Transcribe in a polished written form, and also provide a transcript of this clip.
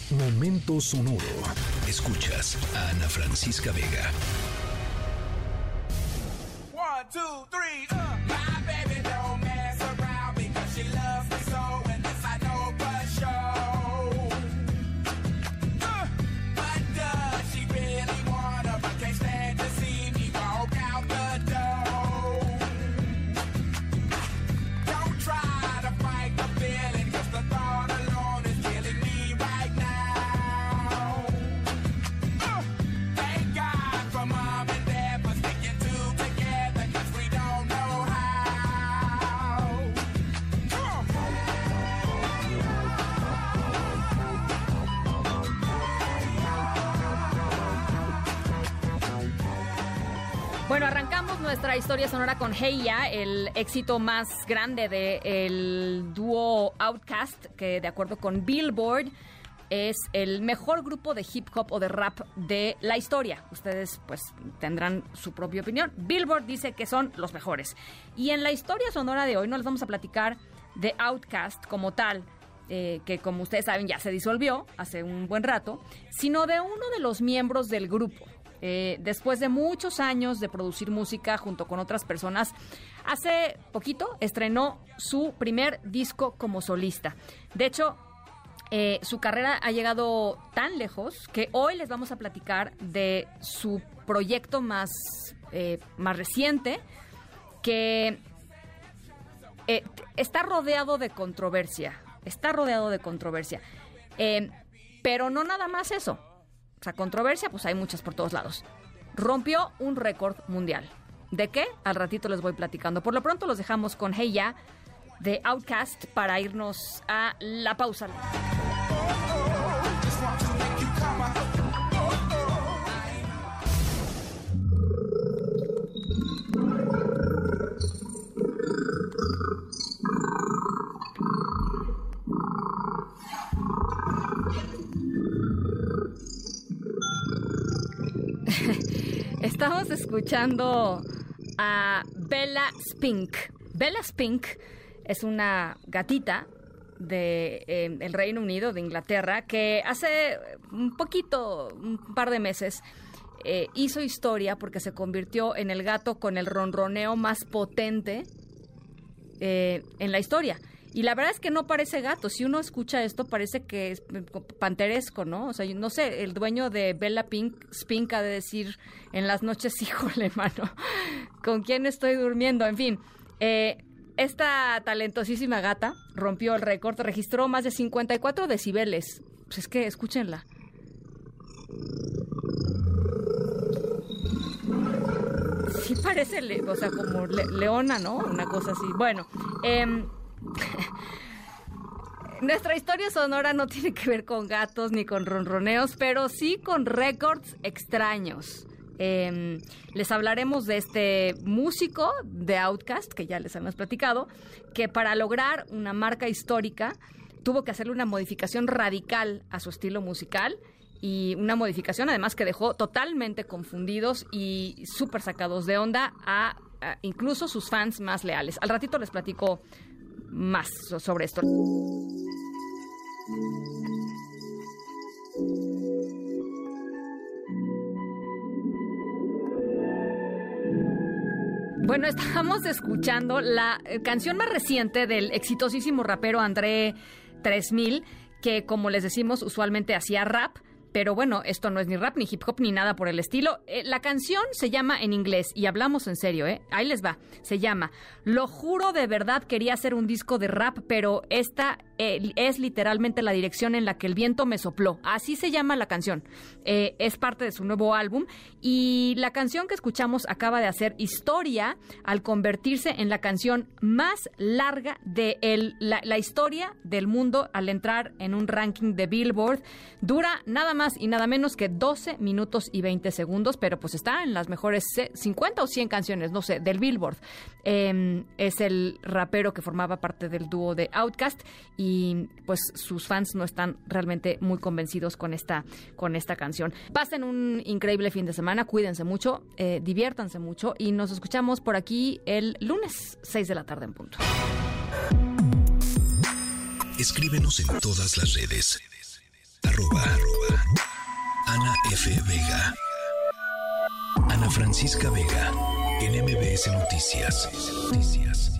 Momento sonoro. Escuchas a Ana Francisca Vega. 1, 2, 3, My baby don't mess around because she loves me so, and this I know for sure. But does she really wanna, but can't stand to see me walk out the door. Don't try to fight the feeling, cause the thought alone is killing me right now. Thank God for mom and dad for sticking together, cause we don't know how. Bueno, arrancamos nuestra historia sonora con Hey Ya, el éxito más grande del dúo Outkast, que de acuerdo con Billboard es el mejor grupo de hip hop o de rap de la historia. Ustedes pues tendrán su propia opinión. Billboard dice que son los mejores. Y en la historia sonora de hoy no les vamos a platicar de Outkast como tal, que como ustedes saben ya se disolvió hace un buen rato, sino de uno de los miembros del grupo. Después de muchos años de producir música junto con otras personas, hace poquito estrenó su primer disco como solista. De hecho, su carrera ha llegado tan lejos que hoy les vamos a platicar de su proyecto más reciente, que está rodeado de controversia. Pero no nada más eso. O sea, controversia, pues hay muchas por todos lados. Rompió un récord mundial. ¿De qué? Al ratito les voy platicando. Por lo pronto los dejamos con Hey Ya de Outkast para irnos a la pausa. Estamos escuchando a Bella Spink. Bella Spink es una gatita de el Reino Unido, de Inglaterra, que hace un par de meses hizo historia porque se convirtió en el gato con el ronroneo más potente en la historia. Y la verdad es que no parece gato. Si uno escucha esto, parece que es panteresco, ¿no? O sea, no sé, el dueño de Bella Spink ha de decir en las noches, híjole, mano, ¿con quién estoy durmiendo? En fin, esta talentosísima gata rompió el récord, registró más de 54 decibeles. Pues es que escúchenla. Sí parece, o sea, como leona, ¿no? Una cosa así. Bueno, nuestra historia sonora no tiene que ver con gatos ni con ronroneos, pero sí con récords extraños. Les hablaremos de este músico de Outkast, que ya les hemos platicado, que para lograr una marca histórica tuvo que hacerle una modificación radical a su estilo musical, y una modificación además que dejó totalmente confundidos y súper sacados de onda a incluso sus fans más leales. Al ratito les platico más sobre esto. Bueno, estamos escuchando la canción más reciente del exitosísimo rapero André 3000, que como les decimos usualmente hacía rap. Pero bueno, esto no es ni rap, ni hip hop, ni nada por el estilo. La canción se llama en inglés, y hablamos en serio, ahí les va. Se llama Lo juro, de verdad quería hacer un disco de rap, pero esta es literalmente la dirección en la que el viento me sopló. Así se llama la canción. Es parte de su nuevo álbum, y la canción que escuchamos acaba de hacer historia al convertirse en la canción más larga de la historia del mundo al entrar en un ranking de Billboard. Dura nada más y nada menos que 12 minutos y 20 segundos, pero pues está en las mejores 50 o 100 canciones, no sé, del Billboard. Es el rapero que formaba parte del dúo de Outkast, y pues sus fans no están realmente muy convencidos con esta canción. Pasen un increíble fin de semana, cuídense mucho, diviértanse mucho, y nos escuchamos por aquí el lunes 6 de la tarde en punto. Escríbenos en todas las redes. Ana F. Vega. Ana Francisca Vega, en MBS Noticias.